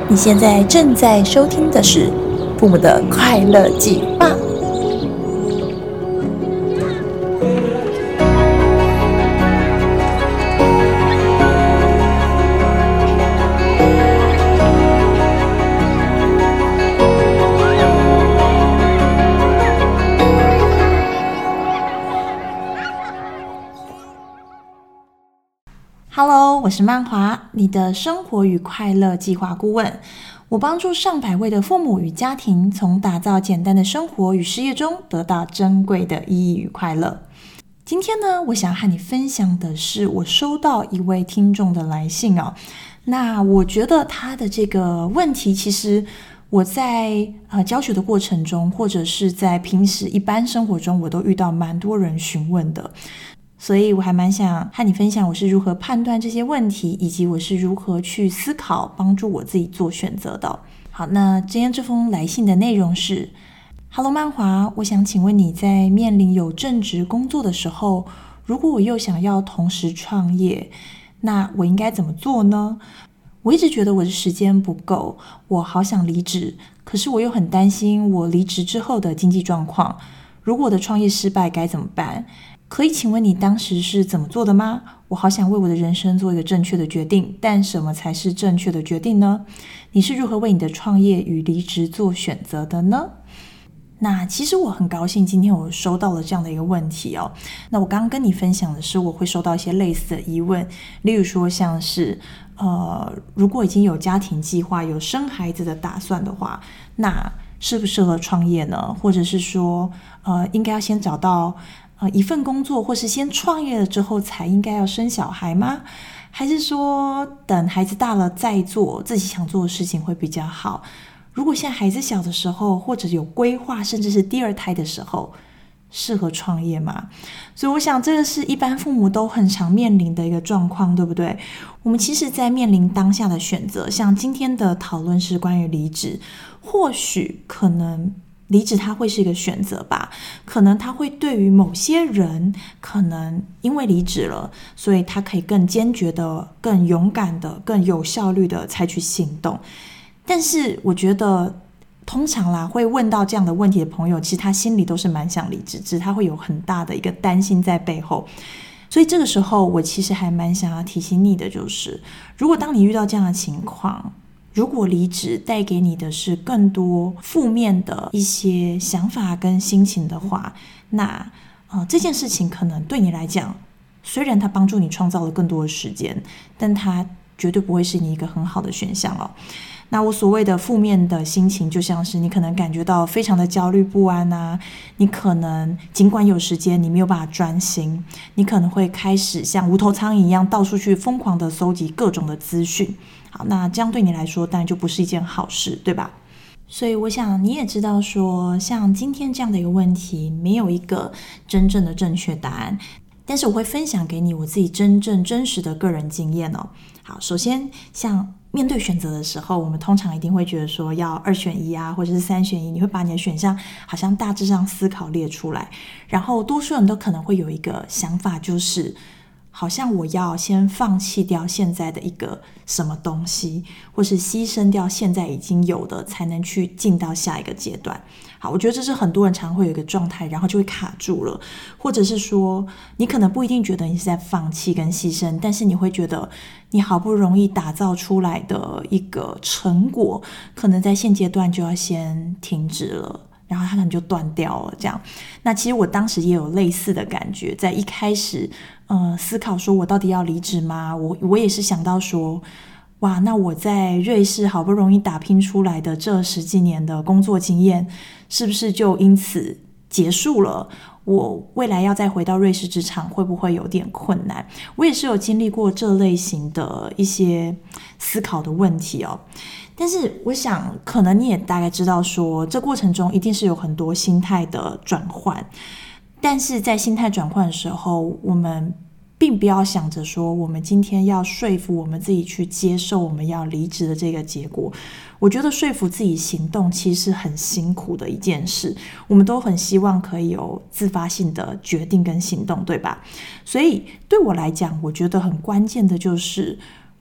你现在正在收听的是《父母的快乐计划》。Hello， 我是曼华，你的生活与快乐计划顾问。我帮助上百位的父母与家庭，从打造简单的生活与事业中得到珍贵的意义与快乐。今天呢，我想和你分享的是我收到一位听众的来信哦。那我觉得他的这个问题，其实我在教学的过程中，或者是在平时一般生活中，我都遇到蛮多人询问的。所以我还蛮想和你分享我是如何判断这些问题，以及我是如何去思考帮助我自己做选择的。好，那今天这封来信的内容是 Hello 曼华，我想请问你在面临有正职工作的时候，如果我又想要同时创业，那我应该怎么做呢？我一直觉得我的时间不够，我好想离职，可是我又很担心我离职之后的经济状况，如果我的创业失败该怎么办？可以请问你当时是怎么做的吗？我好想为我的人生做一个正确的决定，但什么才是正确的决定呢？你是如何为你的创业与离职做选择的呢？那其实我很高兴今天我收到了这样的一个问题哦。那我刚刚跟你分享的是我会收到一些类似的疑问，例如说像是如果已经有家庭计划有生孩子的打算的话，那适不适合创业呢？或者是说应该要先找到一份工作，或是先创业了之后才应该要生小孩吗？还是说等孩子大了再做自己想做的事情会比较好？如果现在孩子小的时候，或者有规划甚至是第二胎的时候，适合创业吗？所以我想这个是一般父母都很常面临的一个状况，对不对？我们其实在面临当下的选择，像今天的讨论是关于离职，或许可能离职它会是一个选择吧，可能他会对于某些人，可能因为离职了，所以他可以更坚决的、更勇敢的、更有效率的采取行动。但是我觉得通常啦，会问到这样的问题的朋友，其实他心里都是蛮想离职，只是他会有很大的一个担心在背后。所以这个时候我其实还蛮想要提醒你的，就是如果当你遇到这样的情况，如果离职带给你的是更多负面的一些想法跟心情的话，那这件事情可能对你来讲，虽然它帮助你创造了更多的时间，但它绝对不会是你一个很好的选项哦。那我所谓的负面的心情，就像是你可能感觉到非常的焦虑不安啊，你可能尽管有时间，你没有办法专心，你可能会开始像无头苍蝇一样到处去疯狂的搜集各种的资讯。好，那这样对你来说当然就不是一件好事，对吧？所以我想你也知道说，像今天这样的一个问题，没有一个真正的正确答案，但是我会分享给你我自己真正真实的个人经验哦。好，首先像面对选择的时候，我们通常一定会觉得说要2选1啊，或者是3选1，你会把你的选项好像大致上思考列出来，然后多数人都可能会有一个想法，就是好像我要先放弃掉现在的一个什么东西，或是牺牲掉现在已经有的，才能去进到下一个阶段。好，我觉得这是很多人常会有一个状态，然后就会卡住了，或者是说你可能不一定觉得你是在放弃跟牺牲，但是你会觉得你好不容易打造出来的一个成果，可能在现阶段就要先停止了，然后它可能就断掉了这样。那其实我当时也有类似的感觉，在一开始思考说我到底要离职吗？我也是想到说，哇，那我在瑞士好不容易打拼出来的这10几年的工作经验，是不是就因此结束了？我未来要再回到瑞士职场会不会有点困难？我也是有经历过这类型的一些思考的问题哦。但是我想可能你也大概知道说，这过程中一定是有很多心态的转换，但是在心态转换的时候，我们并不要想着说我们今天要说服我们自己去接受我们要离职的这个结果。我觉得说服自己行动其实很辛苦的一件事，我们都很希望可以有自发性的决定跟行动，对吧？所以对我来讲，我觉得很关键的就是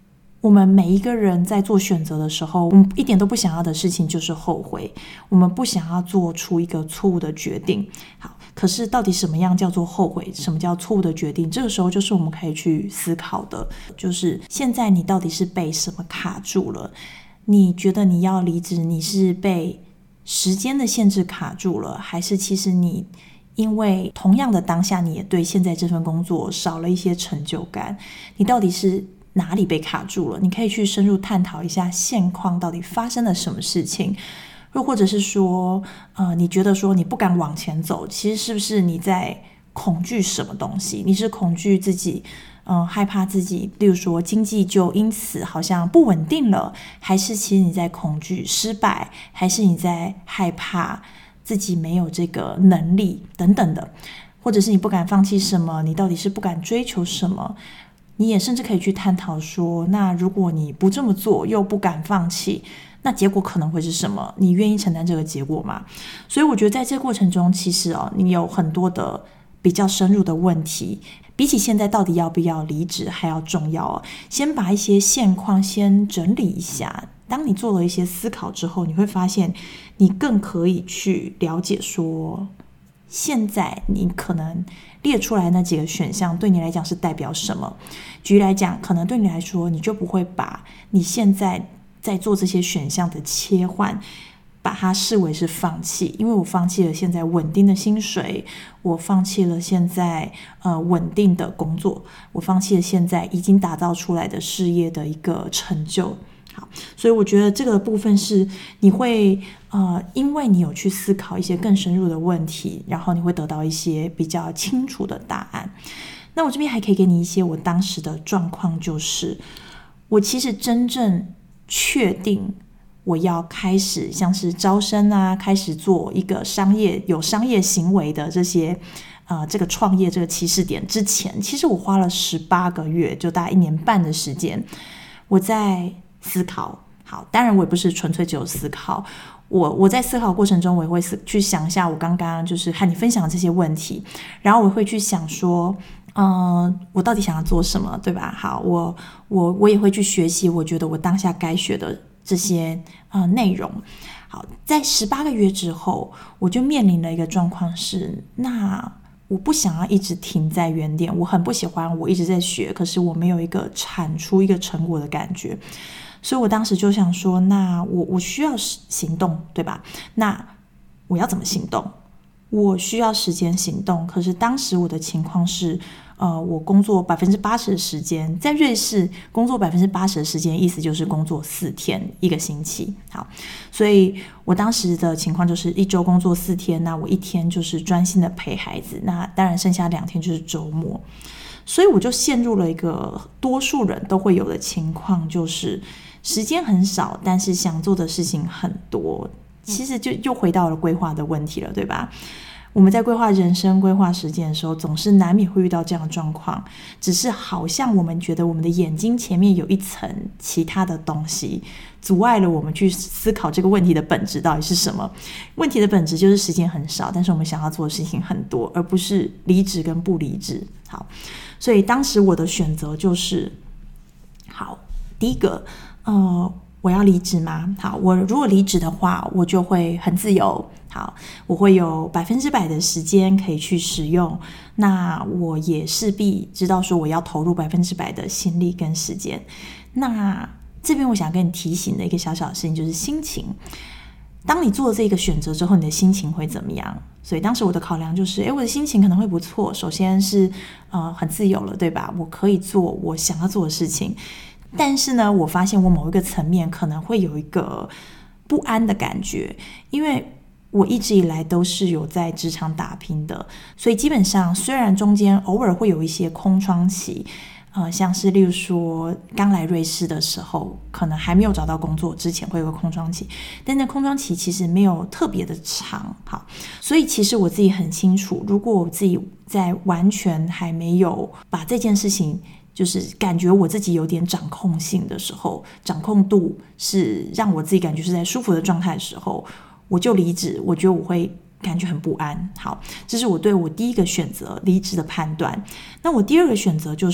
我们每一个人在做选择的时候，我们一点都不想要的事情就是后悔，我们不想要做出一个错误的决定。好，可是到底什么样叫做后悔，什么叫错误的决定，这个时候就是我们可以去思考的，就是现在你到底是被什么卡住了？你觉得你要离职，你是被时间的限制卡住了，还是其实你因为同样的当下你也对现在这份工作少了一些成就感？你到底是哪里被卡住了？你可以去深入探讨一下现况到底发生了什么事情，又或者是说你觉得说你不敢往前走，其实是不是你在恐惧什么东西？你是恐惧自己害怕自己例如说经济就因此好像不稳定了，还是其实你在恐惧失败，还是你在害怕自己没有这个能力等等的，或者是你不敢放弃什么，你到底是不敢追求什么？你也甚至可以去探讨说，那如果你不这么做又不敢放弃，那结果可能会是什么？你愿意承担这个结果吗？所以我觉得在这个过程中，其实你有很多的比较深入的问题，比起现在到底要不要离职还要重要。先把一些现况先整理一下，当你做了一些思考之后，你会发现你更可以去了解说，现在你可能列出来那几个选项对你来讲是代表什么。举例来讲，可能对你来说，你就不会把你现在在做这些选项的切换把它视为是放弃，因为我放弃了现在稳定的薪水，我放弃了现在稳定的工作，我放弃了现在已经打造出来的事业的一个成就。好，所以我觉得这个部分是你会因为你有去思考一些更深入的问题，然后你会得到一些比较清楚的答案。那我这边还可以给你一些我当时的状况，就是我其实真正确定我要开始像是招生啊，开始做一个有商业行为的这些这个创业这个起始点之前，其实我花了18个月，就大概1年半的时间，我在思考。好，当然我也不是纯粹只有思考，我在思考过程中，我也会去想一下我刚刚就是和你分享的这些问题，然后我会去想说我到底想要做什么，对吧？好，我也会去学习我觉得我当下该学的这些内容。好，在18个月之后，我就面临了一个状况是，那我不想要一直停在原点，我很不喜欢我一直在学，可是我没有一个产出一个成果的感觉。所以我当时就想说，那我需要行动，对吧？那我要怎么行动？我需要时间行动，可是当时我的情况是我工作80%的时间，在瑞士工作80%的时间，意思就是工作4天1个星期。好，所以我当时的情况就是1周工作4天，那我1天就是专心的陪孩子，那当然剩下2天就是周末。所以我就陷入了一个多数人都会有的情况，就是时间很少，但是想做的事情很多。其实就又回到了规划的问题了，对吧？我们在规划人生、规划时间的时候，总是难免会遇到这样的状况，只是好像我们觉得我们的眼睛前面有一层其他的东西，阻碍了我们去思考这个问题的本质到底是什么。问题的本质就是时间很少，但是我们想要做的事情很多，而不是离职跟不离职。好，所以当时我的选择就是，好，第一个，我要离职吗？好，我如果离职的话，我就会很自由。好，我会有100%的时间可以去使用。那我也势必知道说我要投入100%的心力跟时间。那这边我想跟你提醒的一个小小的事情就是心情。当你做了这个选择之后，你的心情会怎么样？所以当时我的考量就是，我的心情可能会不错。首先是很自由了，对吧？我可以做我想要做的事情。但是呢，我发现我某一个层面可能会有一个不安的感觉，因为我一直以来都是有在职场打拼的，所以基本上虽然中间偶尔会有一些空窗期，像是例如说刚来瑞士的时候，可能还没有找到工作之前会有个空窗期，但那空窗期其实没有特别的长。好，所以其实我自己很清楚，如果我自己在完全还没有把这件事情就是感觉我自己有点掌控性的时候，掌控度是让我自己感觉是在舒服的状态的时候，我就离职，我觉得我会感觉很不安。好，这是我对我第一个选择离职的判断。那我第二个选择就是，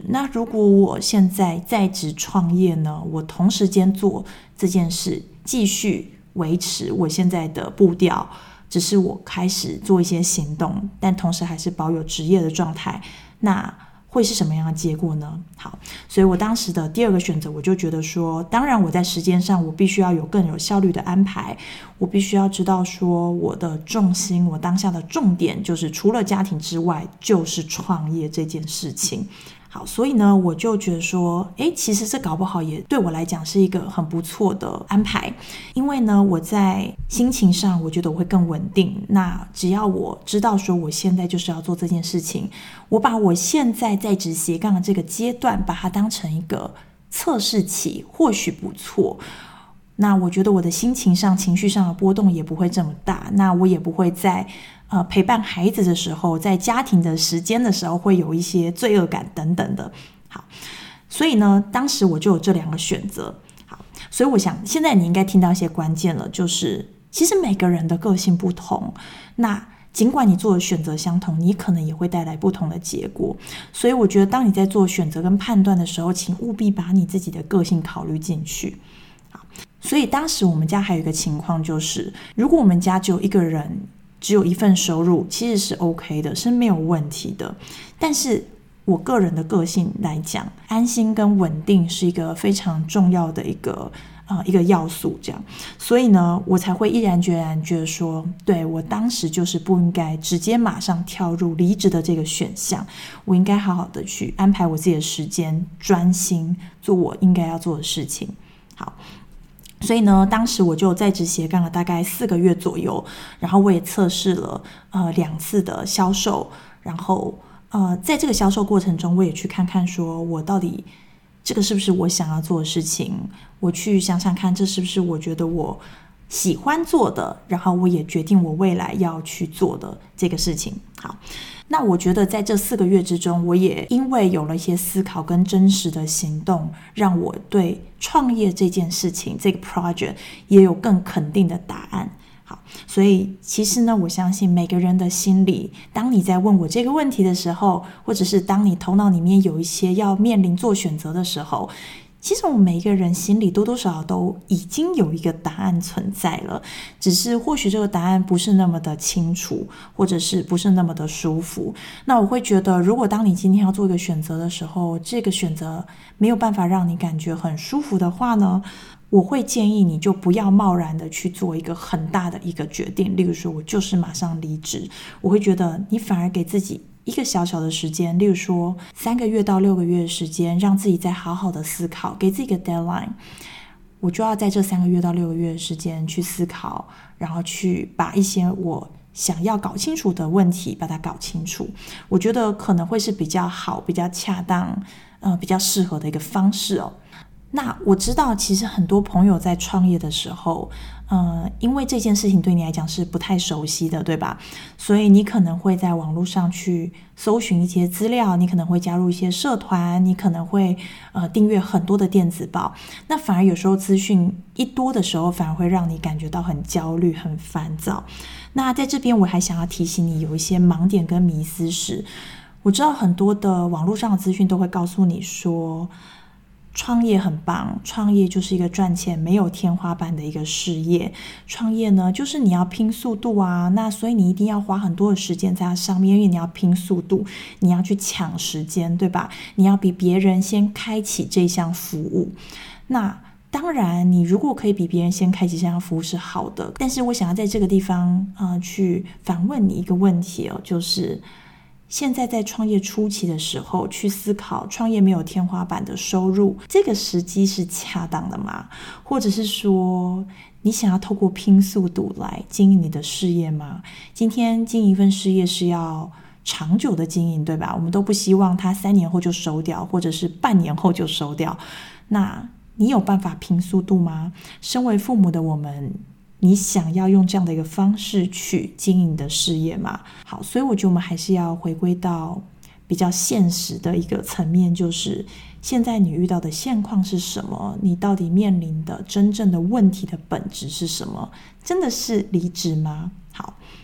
那如果我现在在职创业呢，我同时间做这件事，继续维持我现在的步调，只是我开始做一些行动，但同时还是保有职业的状态，那会是什么样的结果呢？好，所以我当时的第二个选择，我就觉得说，当然我在时间上我必须要有更有效率的安排，我必须要知道说我的重心，我当下的重点就是除了家庭之外，就是创业这件事情。好，所以呢，我就觉得说，其实这搞不好也对我来讲是一个很不错的安排，因为呢，我在心情上，我觉得我会更稳定。那只要我知道说，我现在就是要做这件事情，我把我现在在职斜杠的这个阶段，把它当成一个测试期，或许不错。那我觉得我的心情上、情绪上的波动也不会这么大，那我也不会在陪伴孩子的时候，在家庭的时间的时候会有一些罪恶感等等的。好，所以呢，当时我就有这两个选择。好，所以我想现在你应该听到一些关键了，就是其实每个人的个性不同，那尽管你做的选择相同，你可能也会带来不同的结果。所以我觉得当你在做选择跟判断的时候，请务必把你自己的个性考虑进去。好，所以当时我们家还有一个情况就是，如果我们家只有一个人，只有一份收入，其实是 OK 的，是没有问题的。但是我个人的个性来讲，安心跟稳定是一个非常重要的一个要素，这样，所以呢，我才会毅然决然觉得说，对，我当时就是不应该直接马上跳入离职的这个选项，我应该好好的去安排我自己的时间，专心做我应该要做的事情。好。所以呢，当时我就在职斜杠了大概4个月左右，然后我也测试了2次的销售，然后在这个销售过程中，我也去看看说我到底这个是不是我想要做的事情，我去想想看这是不是我觉得我喜欢做的，然后我也决定我未来要去做的这个事情。好，那我觉得在这4个月之中，我也因为有了一些思考跟真实的行动，让我对创业这件事情这个 project 也有更肯定的答案。好，所以其实呢，我相信每个人的心里，当你在问我这个问题的时候，或者是当你头脑里面有一些要面临做选择的时候，其实我们每一个人心里多多少少都已经有一个答案存在了，只是或许这个答案不是那么的清楚，或者是不是那么的舒服。那我会觉得，如果当你今天要做一个选择的时候，这个选择没有办法让你感觉很舒服的话呢，我会建议你就不要贸然的去做一个很大的一个决定，例如说我就是马上离职。我会觉得你反而给自己一个小小的时间，例如说3个月到6个月的时间，让自己再好好的思考，给自己一个 deadline， 我就要在这3个月到6个月的时间去思考，然后去把一些我想要搞清楚的问题把它搞清楚。我觉得可能会是比较好、比较恰当、比较适合的一个方式哦。那我知道其实很多朋友在创业的时候因为这件事情对你来讲是不太熟悉的，对吧？所以你可能会在网络上去搜寻一些资料，你可能会加入一些社团，你可能会订阅很多的电子报。那反而有时候资讯一多的时候，反而会让你感觉到很焦虑、很烦躁。那在这边我还想要提醒你，有一些盲点跟迷思是，我知道很多的网络上的资讯都会告诉你说创业很棒，创业就是一个赚钱没有天花板的一个事业，创业呢就是你要拼速度啊，那所以你一定要花很多的时间在它上面，因为你要拼速度，你要去抢时间，对吧？你要比别人先开启这项服务。那当然你如果可以比别人先开启这项服务是好的，但是我想要在这个地方去反问你一个问题哦，就是现在在创业初期的时候去思考创业没有天花板的收入，这个时机是恰当的吗？或者是说你想要透过拼速度来经营你的事业吗？今天经营一份事业是要长久的经营，对吧？我们都不希望它3年后就收掉，或者是半年后就收掉。那你有办法拼速度吗？身为父母的我们，你想要用这样的一个方式去经营你的事业吗？好，所以我觉得我们还是要回归到比较现实的一个层面，就是现在你遇到的现况是什么？你到底面临的真正的问题的本质是什么？真的是离职吗？好，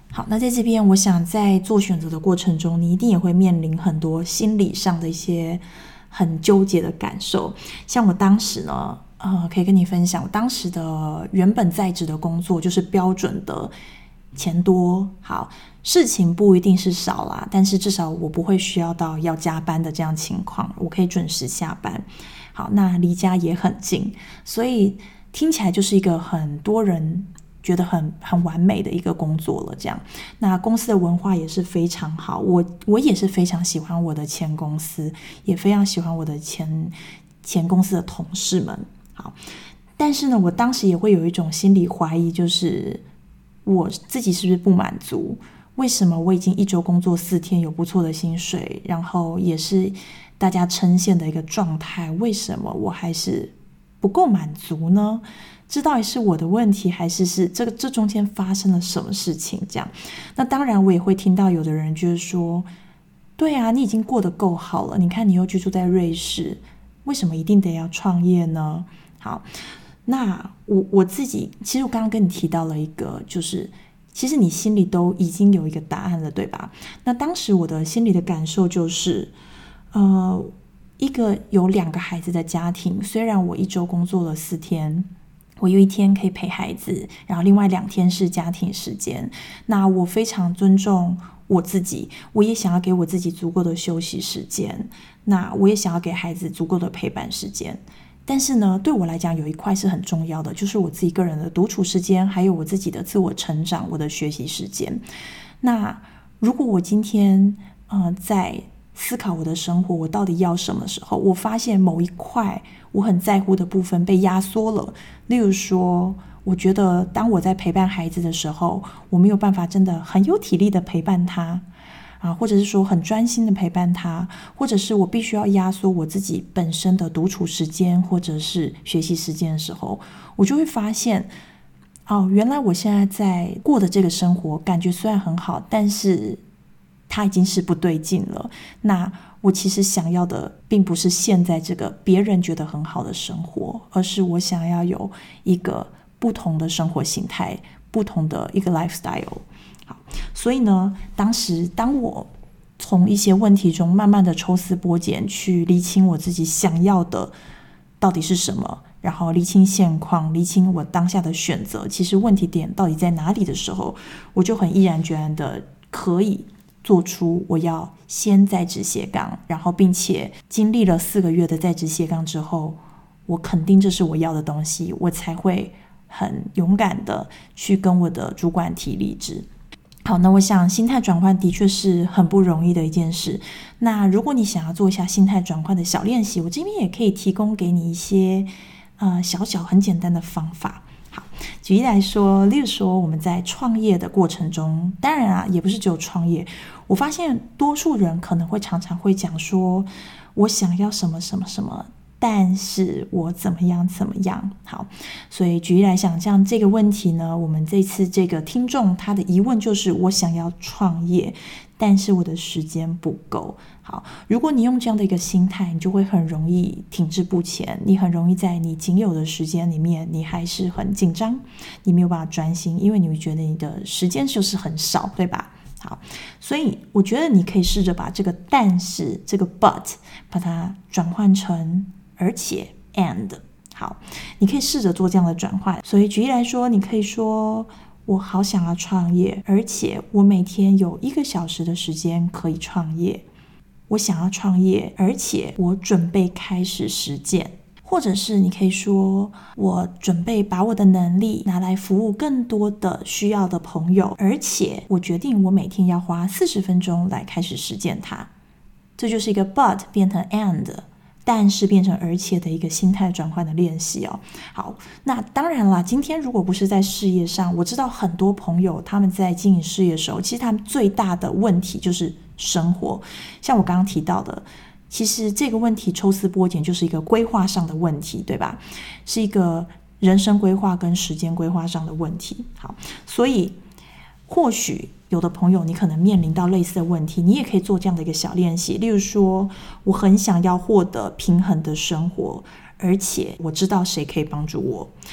好，那在这边我想在做选择的过程中，你一定也会面临很多心理上的一些很纠结的感受。像我当时呢可以跟你分享，我当时的原本在职的工作就是标准的钱多，好，事情不一定是少啦，但是至少我不会需要到要加班的这样情况，我可以准时下班。好，那离家也很近，所以听起来就是一个很多人觉得很完美的一个工作了这样。那公司的文化也是非常好，我也是非常喜欢我的前公司，也非常喜欢我的前公司的同事们。好，但是呢，我当时也会有一种心理怀疑，就是我自己是不是不满足？为什么我已经一周工作4天，有不错的薪水，然后也是大家称羡的一个状态，为什么我还是不够满足呢？这到底是我的问题，还是这中间发生了什么事情？这样，那当然我也会听到有的人就是说，对啊，你已经过得够好了，你看你又居住在瑞士，为什么一定得要创业呢？好，那我自己，其实我刚刚跟你提到了一个，就是其实你心里都已经有一个答案了，对吧？那当时我的心里的感受就是，一个有2个孩子的家庭，虽然我一周工作了4天，我有1天可以陪孩子，然后另外2天是家庭时间。那我非常尊重我自己，我也想要给我自己足够的休息时间，那我也想要给孩子足够的陪伴时间。但是呢，对我来讲有一块是很重要的，就是我自己个人的独处时间，还有我自己的自我成长，我的学习时间。那如果我今天在思考我的生活，我到底要什么时候，我发现某一块我很在乎的部分被压缩了。例如说，我觉得当我在陪伴孩子的时候，我没有办法真的很有体力的陪伴他或者是说很专心的陪伴他，或者是我必须要压缩我自己本身的独处时间或者是学习时间的时候，我就会发现原来我现在在过的这个生活感觉虽然很好，但是它已经是不对劲了。那我其实想要的并不是现在这个别人觉得很好的生活，而是我想要有一个不同的生活形态，不同的一个 lifestyle。好，所以呢，当我从一些问题中慢慢的抽丝剥茧，去厘清我自己想要的到底是什么，然后厘清现况，厘清我当下的选择，其实问题点到底在哪里的时候，我就很毅然决然的可以做出我要先在职斜杠，然后并且经历了4个月的在职斜杠之后，我肯定这是我要的东西，我才会很勇敢的去跟我的主管提离职。好，那我想心态转换的确是很不容易的一件事。那如果你想要做一下心态转换的小练习，我这边也可以提供给你一些小很简单的方法。好，举例来说，例如说我们在创业的过程中，当然也不是只有创业，我发现多数人可能会常常会讲说，我想要什么什么什么，但是我怎么样。好，所以举例来讲，像这个问题呢，我们这次这个听众他的疑问就是，我想要创业，但是我的时间不够。好，如果你用这样的一个心态，你就会很容易停滞不前，你很容易在你仅有的时间里面，你还是很紧张，你没有办法专心，因为你会觉得你的时间就是很少，对吧？好，所以我觉得你可以试着把这个但是这个 but 把它转换成而且 and。 好，你可以试着做这样的转换。所以举例来说，你可以说，我好想要创业，而且我每天有1个小时的时间可以创业。我想要创业，而且我准备开始实践。或者是你可以说，我准备把我的能力拿来服务更多的需要的朋友，而且我决定我每天要花40分钟来开始实践它。这就是一个 but 变成 and， 但是变成而且的一个心态转换的练习哦。好，那当然啦，今天如果不是在事业上，我知道很多朋友他们在经营事业的时候，其实他们最大的问题就是生活。像我刚刚提到的，其实这个问题抽丝剥茧就是一个规划上的问题，对吧？是一个人生规划跟时间规划上的问题。好，所以或许有的朋友你可能面临到类似的问题，你也可以做这样的一个小练习。例如说，我很想要获得平衡的生活，而且我知道谁可以帮助我。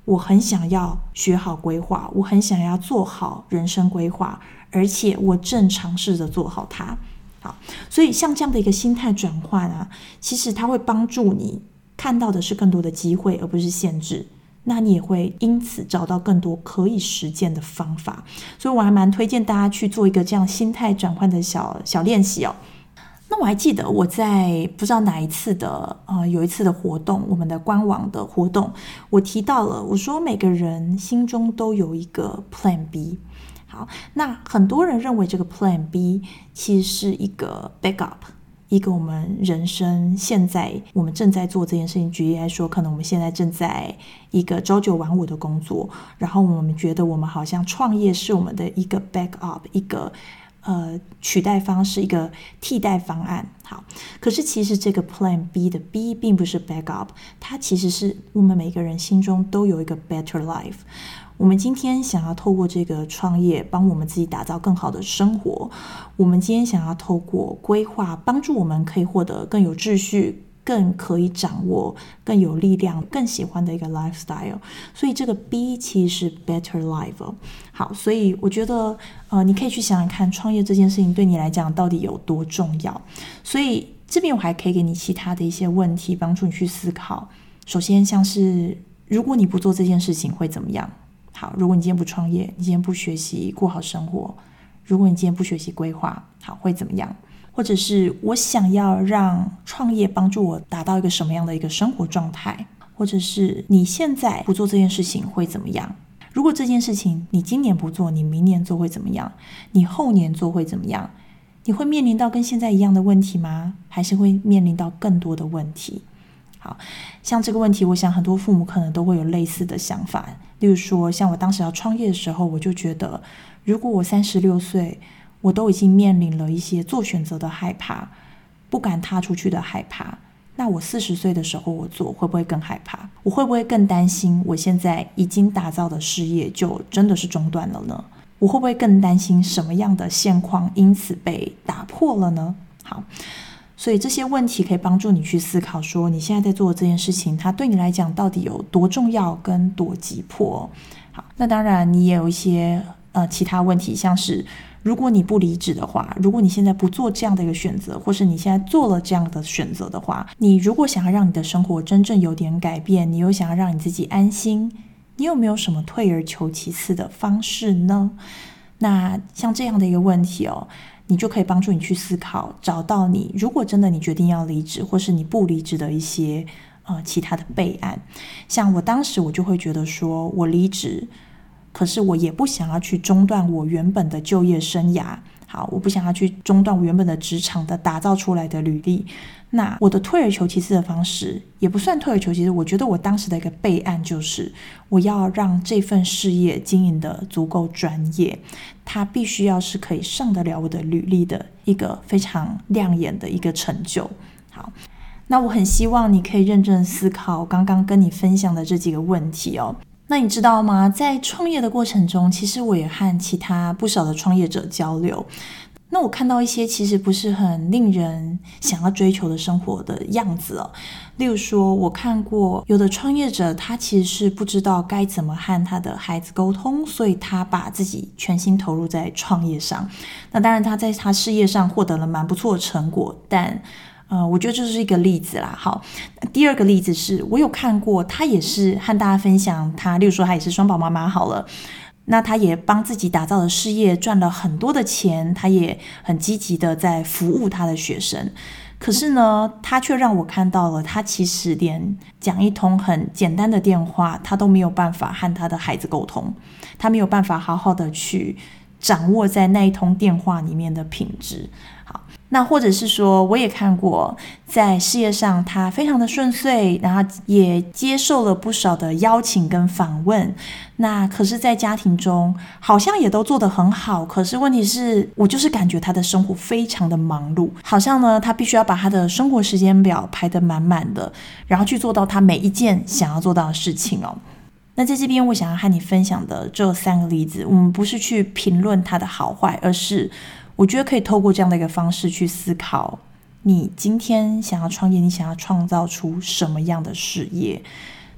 我很想要学好规划，我很想要做好人生规划，而且我正尝试着做好它。好，所以像这样的一个心态转换啊，其实它会帮助你看到的是更多的机会，而不是限制。那你也会因此找到更多可以实践的方法。所以我还蛮推荐大家去做一个这样心态转换的小练习哦。那我还记得我在不知道哪一次的有一次的活动，我们的官网的活动，我提到了，我说每个人心中都有一个 Plan B。 好，那很多人认为这个 Plan B 其实是一个 backup， 一个我们人生现在我们正在做这件事情。举例来说，可能我们现在正在一个朝九晚五的工作，然后我们觉得我们好像创业是我们的一个 backup， 一个取代方式，一个替代方案。好，可是其实这个 Plan B 的 B 并不是 backup， 它其实是我们每个人心中都有一个 better life。我们今天想要透过这个创业帮我们自己打造更好的生活，我们今天想要透过规划帮助我们可以获得更有秩序，更可以掌握，更有力量，更喜欢的一个 lifestyle。 所以这个 B 其实是 better life。 好，所以我觉得你可以去想想看，创业这件事情对你来讲到底有多重要。所以这边我还可以给你其他的一些问题帮助你去思考。首先像是如果你不做这件事情会怎么样。好，如果你今天不创业，你今天不学习过好生活，如果你今天不学习规划，好，会怎么样？或者是我想要让创业帮助我达到一个什么样的一个生活状态，或者是你现在不做这件事情会怎么样？如果这件事情你今年不做，你明年做会怎么样？你后年做会怎么样？你会面临到跟现在一样的问题吗？还是会面临到更多的问题？好，像这个问题，我想很多父母可能都会有类似的想法。例如说，像我当时要创业的时候，我就觉得，如果我36岁，我都已经面临了一些做选择的害怕，不敢踏出去的害怕，那我40岁的时候我做会不会更害怕？我会不会更担心我现在已经打造的事业就真的是中断了呢？我会不会更担心什么样的现况因此被打破了呢？好，所以这些问题可以帮助你去思考说，你现在在做的这件事情它对你来讲到底有多重要跟多急迫。好，那当然你也有一些其他问题，像是如果你不离职的话，如果你现在不做这样的一个选择，或是你现在做了这样的选择的话，你如果想要让你的生活真正有点改变，你又想要让你自己安心，你有没有什么退而求其次的方式呢？那像这样的一个问题你就可以帮助你去思考，找到你如果真的你决定要离职，或是你不离职的一些其他的备案。像我当时我就会觉得说，我离职，可是我也不想要去中断我原本的就业生涯。好，我不想要去中断我原本的职场的打造出来的履历。那我的退而求其次的方式，也不算退而求其次，我觉得我当时的一个备案就是，我要让这份事业经营的足够专业，它必须要是可以上得了我的履历的一个非常亮眼的一个成就。好，那我很希望你可以认真思考刚刚跟你分享的这几个问题那你知道吗？在创业的过程中，其实我也和其他不少的创业者交流。那我看到一些其实不是很令人想要追求的生活的样子例如说，我看过有的创业者，他其实是不知道该怎么和他的孩子沟通，所以他把自己全心投入在创业上。那当然他在他事业上获得了蛮不错的成果，但我觉得这是一个例子啦。好，第二个例子是我有看过，他也是和大家分享他，例如说他也是双宝妈妈好了，那他也帮自己打造的事业赚了很多的钱，他也很积极的在服务他的学生。可是呢，他却让我看到了，他其实连讲一通很简单的电话，他都没有办法和他的孩子沟通，他没有办法好好的去掌握在那一通电话里面的品质。好，那或者是说，我也看过在事业上他非常的顺遂，然后也接受了不少的邀请跟访问，那可是在家庭中好像也都做得很好，可是问题是我就是感觉他的生活非常的忙碌，好像呢他必须要把他的生活时间表排得满满的，然后去做到他每一件想要做到的事情那在这边我想要和你分享的这3个例子，我们不是去评论它的好坏，而是我觉得可以透过这样的一个方式去思考，你今天想要创业，你想要创造出什么样的事业？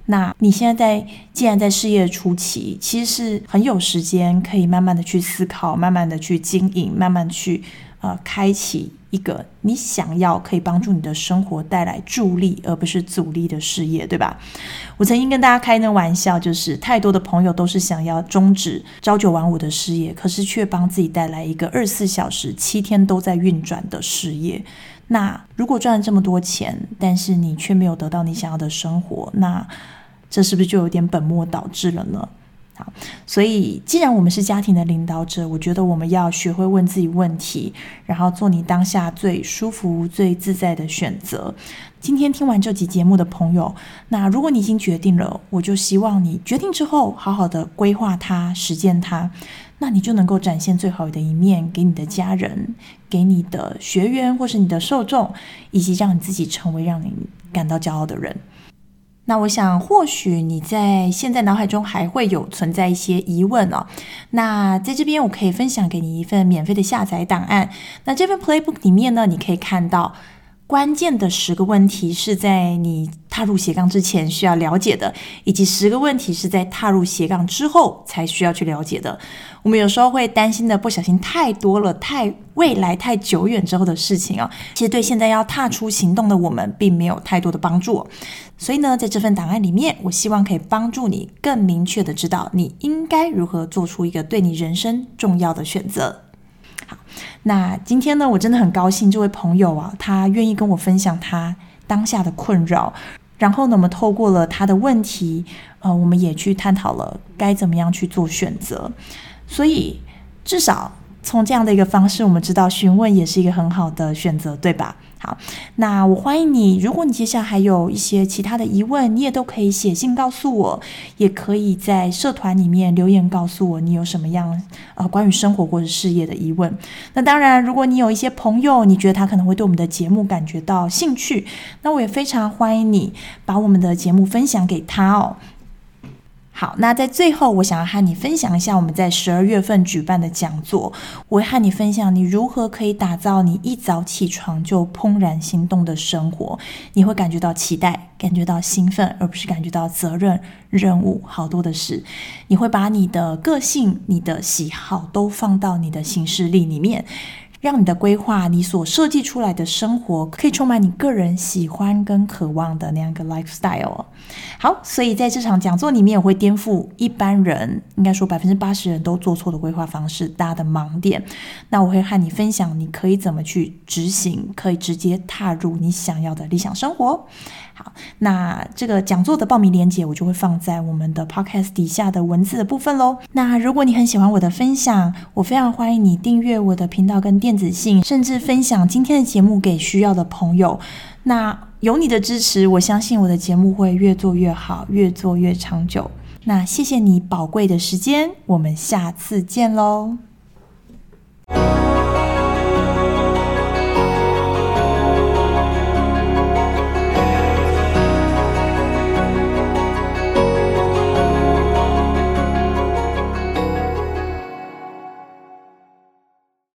那你现在既然在事业初期，其实是很有时间可以慢慢的去思考，慢慢的去经营，慢慢去开启一个你想要可以帮助你的生活带来助力而不是阻力的事业，对吧？我曾经跟大家开那玩笑，就是太多的朋友都是想要终止朝9晚5的事业，可是却帮自己带来一个24小时7天都在运转的事业。那如果赚了这么多钱，但是你却没有得到你想要的生活，那这是不是就有点本末倒置了呢？好，所以既然我们是家庭的领导者，我觉得我们要学会问自己问题，然后做你当下最舒服最自在的选择。今天听完这集节目的朋友，那如果你已经决定了，我就希望你决定之后好好的规划它，实践它，那你就能够展现最好的一面给你的家人，给你的学员或是你的受众，以及让你自己成为让你感到骄傲的人。那我想或许你在现在脑海中还会有存在一些疑问哦。那在这边我可以分享给你一份免费的下载档案。那这份 Playbook 里面呢，你可以看到关键的10个问题是在你踏入斜杠之前需要了解的，以及10个问题是在踏入斜杠之后才需要去了解的。我们有时候会担心的不小心太多了，太未来太久远之后的事情其实对现在要踏出行动的我们并没有太多的帮助。所以呢，在这份档案里面，我希望可以帮助你更明确的知道你应该如何做出一个对你人生重要的选择。好，那今天呢，我真的很高兴这位朋友他愿意跟我分享他当下的困扰，然后呢，我们透过了他的问题我们也去探讨了该怎么样去做选择。所以至少从这样的一个方式，我们知道询问也是一个很好的选择，对吧？好，那我欢迎你，如果你接下来还有一些其他的疑问，你也都可以写信告诉我，也可以在社团里面留言告诉我你有什么样关于生活或者事业的疑问。那当然，如果你有一些朋友，你觉得他可能会对我们的节目感觉到兴趣，那我也非常欢迎你把我们的节目分享给他哦。好，那在最后，我想要和你分享一下我们在12月份举办的讲座。我会和你分享你如何可以打造你一早起床就怦然心动的生活。你会感觉到期待，感觉到兴奋，而不是感觉到责任、任务，好多的事。你会把你的个性、你的喜好都放到你的行事历里面，让你的规划，你所设计出来的生活可以充满你个人喜欢跟渴望的那样一个 lifestyle。 好，所以在这场讲座里面，我会颠覆一般人，应该说80%人都做错的规划方式，大家的盲点。那我会和你分享你可以怎么去执行，可以直接踏入你想要的理想生活。好，那这个讲座的报名链接我就会放在我们的 podcast 底下的文字的部分咯。那如果你很喜欢我的分享，我非常欢迎你订阅我的频道跟电子信，甚至分享今天的节目给需要的朋友。那有你的支持，我相信我的节目会越做越好，越做越长久。那谢谢你宝贵的时间，我们下次见咯。